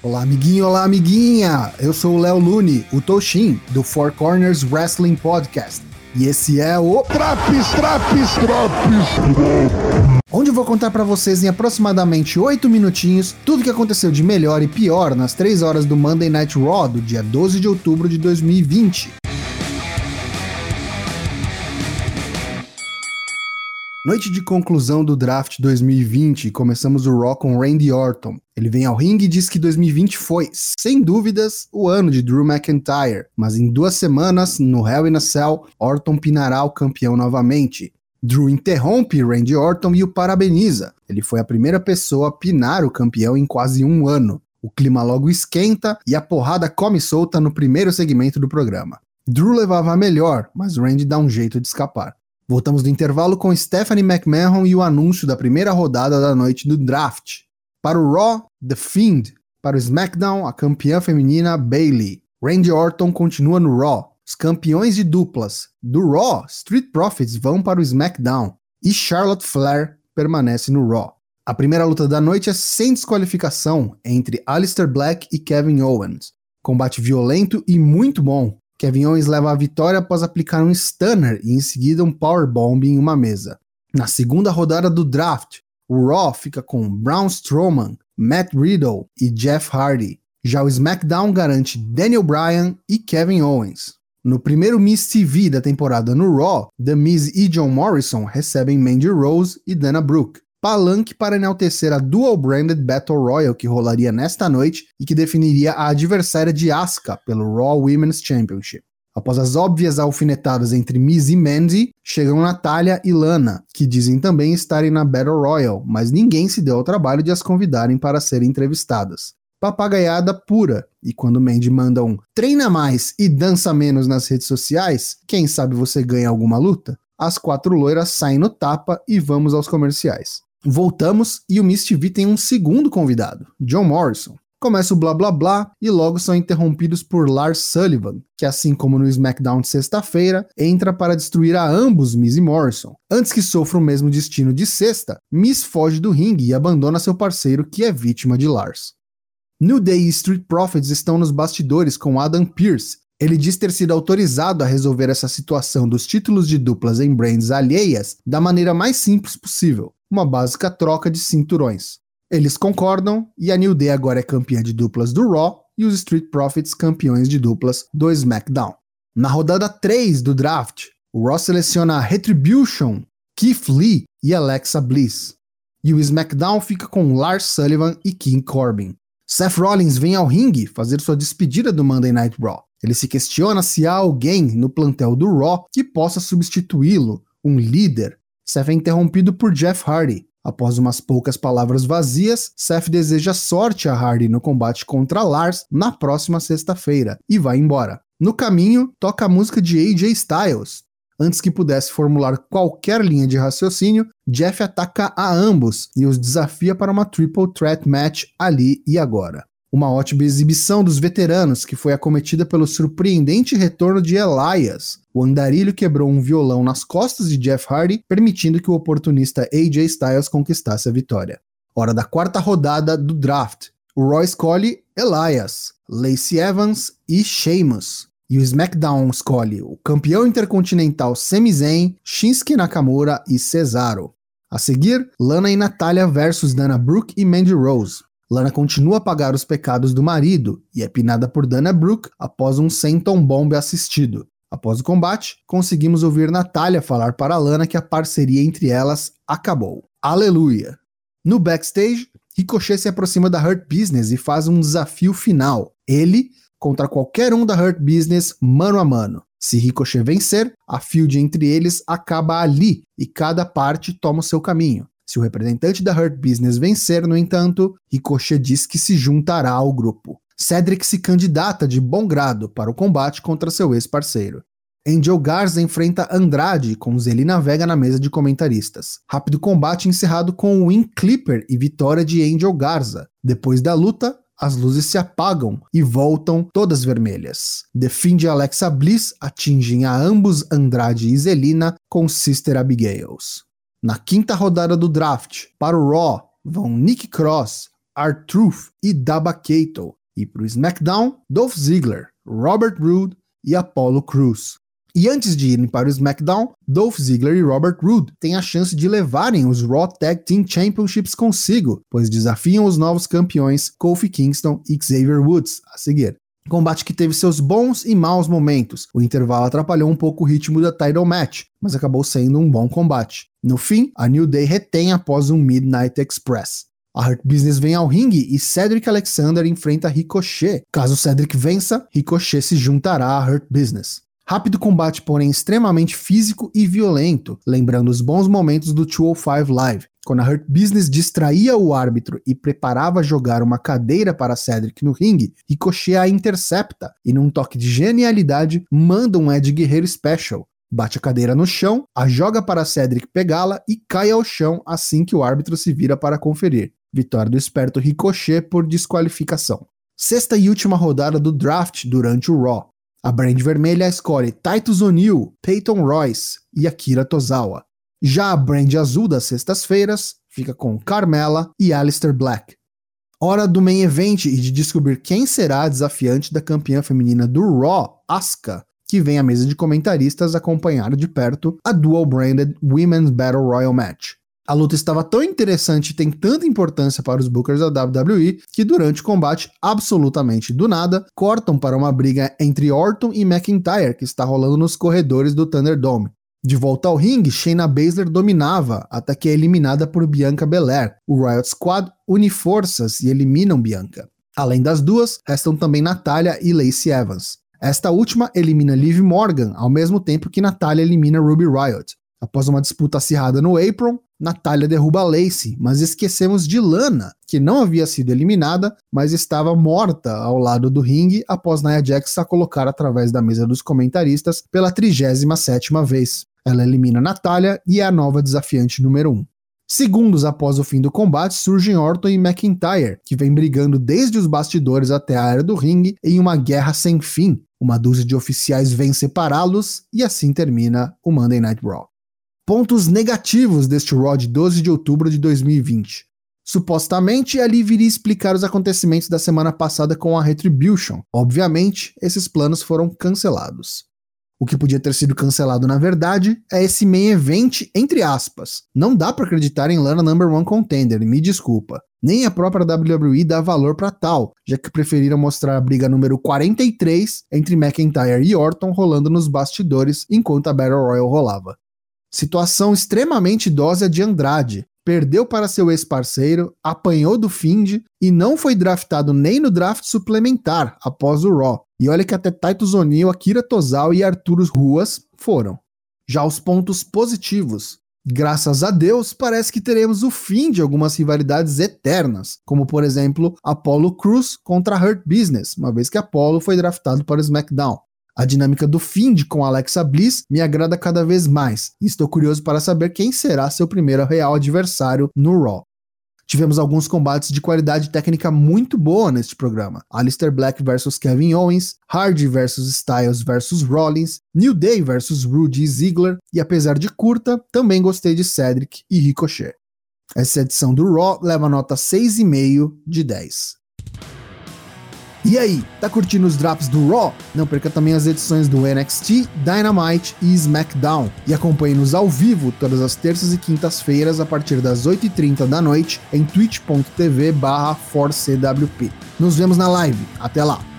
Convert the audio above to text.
Olá, amiguinho, olá, amiguinha! Eu sou o Léo Lune, o Toshin, do Four Corners Wrestling Podcast. E esse é o Traps! Onde eu vou contar pra vocês em aproximadamente 8 minutinhos tudo o que aconteceu de melhor e pior nas 3 horas do Monday Night Raw do dia 12 de outubro de 2020. Noite de conclusão do Draft 2020 e começamos o Raw com Randy Orton. Ele vem ao ringue e diz que 2020 foi, sem dúvidas, o ano de Drew McIntyre, mas em 2 semanas, no Hell in a Cell, Orton pinará o campeão novamente. Drew interrompe Randy Orton e o parabeniza. Ele foi a primeira pessoa a pinar o campeão em quase um ano. O clima logo esquenta e a porrada come solta no primeiro segmento do programa. Drew levava a melhor, mas Randy dá um jeito de escapar. Voltamos do intervalo com Stephanie McMahon e o anúncio da primeira rodada da noite do draft. Para o Raw, The Fiend. Para o SmackDown, a campeã feminina Bayley. Randy Orton continua no Raw. Os campeões de duplas do Raw, Street Profits, vão para o SmackDown. E Charlotte Flair permanece no Raw. A primeira luta da noite é sem desqualificação entre Aleister Black e Kevin Owens. Combate violento e muito bom. Kevin Owens leva a vitória após aplicar um stunner e em seguida um powerbomb em uma mesa. Na segunda rodada do draft, o Raw fica com Braun Strowman, Matt Riddle e Jeff Hardy. Já o SmackDown garante Daniel Bryan e Kevin Owens. No primeiro Miz TV da temporada no Raw, The Miz e John Morrison recebem Mandy Rose e Dana Brooke. Palanque para enaltecer a dual-branded Battle Royal que rolaria nesta noite e que definiria a adversária de Asuka pelo Raw Women's Championship. Após as óbvias alfinetadas entre Miz e Mandy, chegam Natalya e Lana, que dizem também estarem na Battle Royal, mas ninguém se deu ao trabalho de as convidarem para serem entrevistadas. Papagaiada pura, e quando Mandy manda um treina mais e dança menos nas redes sociais, quem sabe você ganha alguma luta? As 4 loiras saem no tapa e vamos aos comerciais. Voltamos e o Miz TV tem um segundo convidado, John Morrison. Começa o blá blá blá e logo são interrompidos por Lars Sullivan, que assim como no SmackDown de sexta-feira, entra para destruir a ambos Miz e Morrison. Antes que sofra o mesmo destino de sexta, Miz foge do ringue e abandona seu parceiro que é vítima de Lars. New Day e Street Profits estão nos bastidores com Adam Pearce. Ele diz ter sido autorizado a resolver essa situação dos títulos de duplas em brands alheias da maneira mais simples possível, uma básica troca de cinturões. Eles concordam e a New Day agora é campeã de duplas do Raw e os Street Profits campeões de duplas do SmackDown. Na rodada 3 do draft, o Raw seleciona a Retribution, Keith Lee e Alexa Bliss. E o SmackDown fica com Lars Sullivan e King Corbin. Seth Rollins vem ao ringue fazer sua despedida do Monday Night Raw. Ele se questiona se há alguém no plantel do Raw que possa substituí-lo, um líder. Seth é interrompido por Jeff Hardy. Após umas poucas palavras vazias, Seth deseja sorte a Hardy no combate contra Lars na próxima sexta-feira e vai embora. No caminho, toca a música de AJ Styles. Antes que pudesse formular qualquer linha de raciocínio, Jeff ataca a ambos e os desafia para uma Triple Threat Match ali e agora. Uma ótima exibição dos veteranos que foi acometida pelo surpreendente retorno de Elias. O andarilho quebrou um violão nas costas de Jeff Hardy, permitindo que o oportunista AJ Styles conquistasse a vitória. Hora da quarta rodada do draft. O Raw escolhe Elias, Lacey Evans e Sheamus. E o SmackDown escolhe o campeão intercontinental Sami Zayn, Shinsuke Nakamura e Cesaro. A seguir, Lana e Natalya versus Dana Brooke e Mandy Rose. Lana continua a pagar os pecados do marido e é pinada por Dana Brooke após um senton bomb assistido. Após o combate, conseguimos ouvir Natalya falar para Lana que a parceria entre elas acabou. Aleluia! No backstage, Ricochet se aproxima da Hurt Business e faz um desafio final. Ele contra qualquer um da Hurt Business mano a mano. Se Ricochet vencer, a feud entre eles acaba ali e cada parte toma o seu caminho. Se o representante da Hurt Business vencer, no entanto, Ricochet diz que se juntará ao grupo. Cedric se candidata de bom grado para o combate contra seu ex-parceiro. Angel Garza enfrenta Andrade com Zelina Vega na mesa de comentaristas. Rápido combate encerrado com o Wing Clipper e vitória de Angel Garza. Depois da luta, as luzes se apagam e voltam todas vermelhas. The Fiend e Alexa Bliss atingem a ambos Andrade e Zelina com Sister Abigails. Na quinta rodada do draft, para o Raw, vão Nikki Cross, R-Truth e Dabba-Kato. E pro SmackDown, Dolph Ziggler, Robert Roode e Apollo Crews. E antes de irem para o SmackDown, Dolph Ziggler e Robert Roode têm a chance de levarem os Raw Tag Team Championships consigo, pois desafiam os novos campeões Kofi Kingston e Xavier Woods a seguir. Combate que teve seus bons e maus momentos. O intervalo atrapalhou um pouco o ritmo da title match, mas acabou sendo um bom combate. No fim, a New Day retém após um Midnight Express. A Hurt Business vem ao ringue e Cedric Alexander enfrenta Ricochet. Caso Cedric vença, Ricochet se juntará à Hurt Business. Rápido combate, porém extremamente físico e violento, lembrando os bons momentos do 205 Live, quando a Hurt Business distraía o árbitro e preparava jogar uma cadeira para Cedric no ringue, Ricochet a intercepta e num toque de genialidade manda um Ed Guerreiro Special. Bate a cadeira no chão, a joga para Cedric pegá-la e cai ao chão assim que o árbitro se vira para conferir. Vitória do esperto Ricochet por desqualificação. Sexta e última rodada do draft durante o Raw. A Brand Vermelha escolhe Titus O'Neil, Peyton Royce e Akira Tozawa. Já a Brand Azul das sextas-feiras fica com Carmella e Aleister Black. Hora do main event e de descobrir quem será a desafiante da campeã feminina do Raw, Asuka, que vem à mesa de comentaristas acompanhar de perto a Dual Branded Women's Battle Royal Match. A luta estava tão interessante e tem tanta importância para os bookers da WWE que durante o combate, absolutamente do nada, cortam para uma briga entre Orton e McIntyre que está rolando nos corredores do Thunderdome. De volta ao ringue, Shayna Baszler dominava até que é eliminada por Bianca Belair. O Riot Squad une forças e eliminam Bianca. Além das duas, restam também Natalya e Lacey Evans. Esta última elimina Liv Morgan, ao mesmo tempo que Natalya elimina Ruby Riott. Após uma disputa acirrada no apron, Natalya derruba Lacey, mas esquecemos de Lana, que não havia sido eliminada, mas estava morta ao lado do ringue após Nia Jax a colocar através da mesa dos comentaristas pela 37ª vez. Ela elimina Natalya e é a nova desafiante número 1. Segundos após o fim do combate, surgem Orton e McIntyre, que vem brigando desde os bastidores até a área do ringue em uma guerra sem fim. Uma dúzia de oficiais vem separá-los e assim termina o Monday Night Raw. Pontos negativos deste Raw de 12 de outubro de 2020. Supostamente, ali viria explicar os acontecimentos da semana passada com a Retribution. Obviamente, esses planos foram cancelados. O que podia ter sido cancelado, na verdade, é esse main event, entre aspas. Não dá pra acreditar em Lana #1 Contender, me desculpa. Nem a própria WWE dá valor pra tal, já que preferiram mostrar a briga número 43 entre McIntyre e Orton rolando nos bastidores enquanto a Battle Royal rolava. Situação extremamente idosa de Andrade. Perdeu para seu ex-parceiro, apanhou do Fiend e não foi draftado nem no draft suplementar após o Raw. E olha que até Titus O'Neil, Akira Tozawa e Arturus Ruas foram. Já os pontos positivos. Graças a Deus, parece que teremos o fim de algumas rivalidades eternas, como por exemplo, Apollo Crews contra a Hurt Business, uma vez que Apollo foi draftado para o SmackDown. A dinâmica do Fiend com Alexa Bliss me agrada cada vez mais, e estou curioso para saber quem será seu primeiro real adversário no Raw. Tivemos alguns combates de qualidade técnica muito boa neste programa. Aleister Black vs Kevin Owens, Hardy vs Styles vs Rollins, New Day vs Rude e Ziggler, e apesar de curta, também gostei de Cedric e Ricochet. Essa edição do Raw leva nota 6,5 de 10. E aí, tá curtindo os drops do Raw? Não perca também as edições do NXT, Dynamite e SmackDown. E acompanhe-nos ao vivo todas as terças e quintas-feiras a partir das 8h30 da noite em twitch.tv/4CWP. Nos vemos na live. Até lá!